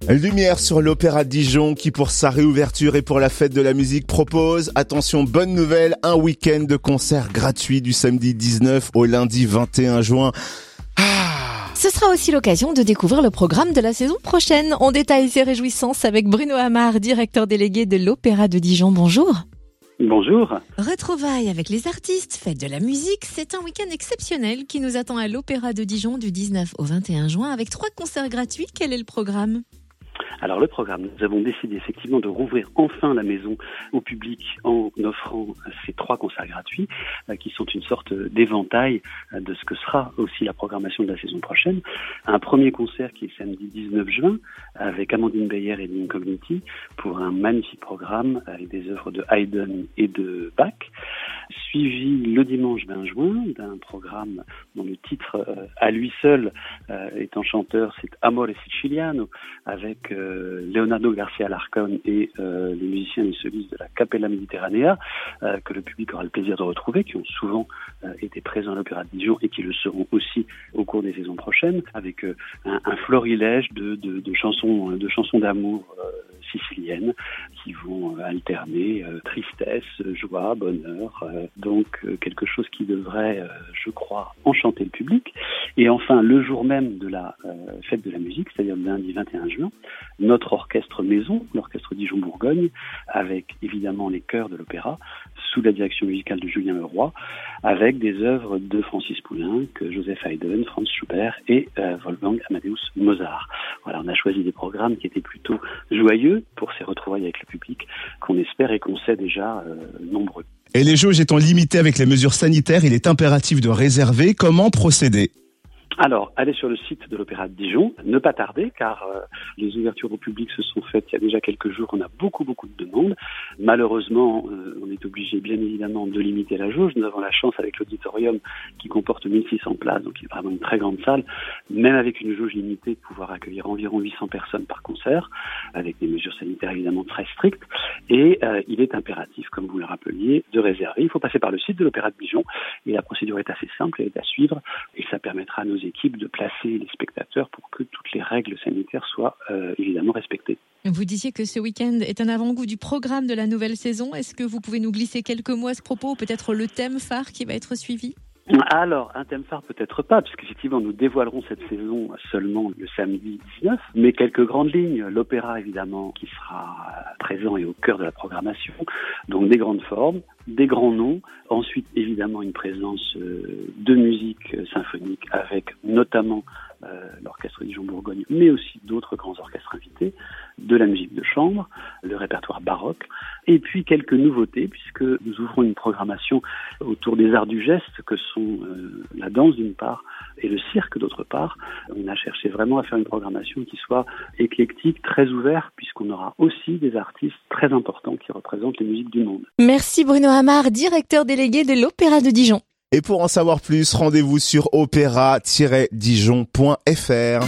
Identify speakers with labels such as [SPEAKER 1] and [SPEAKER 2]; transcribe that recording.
[SPEAKER 1] Lumière sur l'Opéra de Dijon qui, pour sa réouverture et pour la fête de la musique, propose, attention, bonne nouvelle, un week-end de concerts gratuits du samedi 19 au lundi 21 juin.
[SPEAKER 2] Ce sera aussi l'occasion de découvrir le programme de la saison prochaine. On détaille ses réjouissances avec Bruno Hamar, directeur délégué de l'Opéra de Dijon. Bonjour.
[SPEAKER 3] Bonjour.
[SPEAKER 2] Retrouvailles avec les artistes, fête de la musique, c'est un week-end exceptionnel qui nous attend à l'Opéra de Dijon du 19 au 21 juin avec 3 concerts gratuits. Quel est le programme ?
[SPEAKER 3] Alors le programme, nous avons décidé effectivement de rouvrir enfin la maison au public en offrant ces 3 concerts gratuits qui sont une sorte d'éventail de ce que sera aussi la programmation de la saison prochaine. Un premier concert qui est samedi 19 juin avec Amandine Beyer et l'Incogniti pour un magnifique programme avec des œuvres de Haydn et de Bach, suivi le dimanche 20 juin d'un programme dont le titre à lui seul étant chanteur, c'est Amore Siciliano avec Leonardo Garcia Alarcón et les musiciens et solistes de la Capella Mediterranea que le public aura le plaisir de retrouver, qui ont souvent été présents à l'Opéra de Dijon et qui le seront aussi au cours des saisons prochaines, avec un florilège de chansons d'amour siciliennes qui vont alterner tristesse, joie, bonheur, donc quelque chose qui devrait, je crois, enchanter le public. Et enfin, le jour même de la fête de la musique, c'est-à-dire le lundi 21 juin, notre orchestre maison, l'orchestre Dijon-Bourgogne, avec évidemment les chœurs de l'opéra, sous la direction musicale de Julien Leroy, avec des œuvres de Francis Poulenc, Joseph Haydn, Franz Schubert et Wolfgang Amadeus Mozart. Voilà, on a choisi des programmes qui étaient plutôt joyeux pour ces retrouvailles avec le public, qu'on espère et qu'on sait déjà nombreux.
[SPEAKER 1] Et les jauges étant limitées avec les mesures sanitaires, il est impératif de réserver. Comment procéder ?
[SPEAKER 3] Alors, allez sur le site de l'Opéra de Dijon, ne pas tarder, car les ouvertures au public se sont faites il y a déjà quelques jours, on a beaucoup de demandes. Malheureusement, on est obligé bien évidemment de limiter la jauge. Nous avons la chance avec l'auditorium qui comporte 1600 places, donc il est vraiment une très grande salle, même avec une jauge limitée, de pouvoir accueillir environ 800 personnes par concert, avec des mesures sanitaires évidemment très strictes. Et il est impératif, comme vous le rappeliez, de réserver. Il faut passer par le site de l'Opéra de Dijon, et la procédure est assez simple, elle est à suivre, et ça permettra à nos équipes de placer les spectateurs pour que toutes les règles sanitaires soient évidemment respectées.
[SPEAKER 2] Vous disiez que ce week-end est un avant-goût du programme de la nouvelle saison. Est-ce que vous pouvez nous glisser quelques mots à ce propos, ou peut-être le thème phare qui va être suivi ?
[SPEAKER 3] Alors, un thème phare peut-être pas, puisqu'effectivement nous dévoilerons cette saison seulement le samedi 19, mais quelques grandes lignes. L'opéra évidemment qui sera présent et au cœur de la programmation, donc des grandes formes, des grands noms, ensuite évidemment une présence de musique symphonique avec notamment l'orchestre Dijon-Bourgogne, mais aussi d'autres grands orchestres invités, de la musique de chambre, le répertoire baroque, et puis quelques nouveautés, puisque nous ouvrons une programmation autour des arts du geste, que sont la danse d'une part, et le cirque d'autre part. On a cherché vraiment à faire une programmation qui soit éclectique, très ouverte, puisqu'on aura aussi des artistes très importants qui représentent les musiques du monde.
[SPEAKER 2] Merci Bruno Hamar, directeur délégué de l'Opéra de Dijon.
[SPEAKER 1] Et pour en savoir plus, rendez-vous sur opéra-dijon.fr.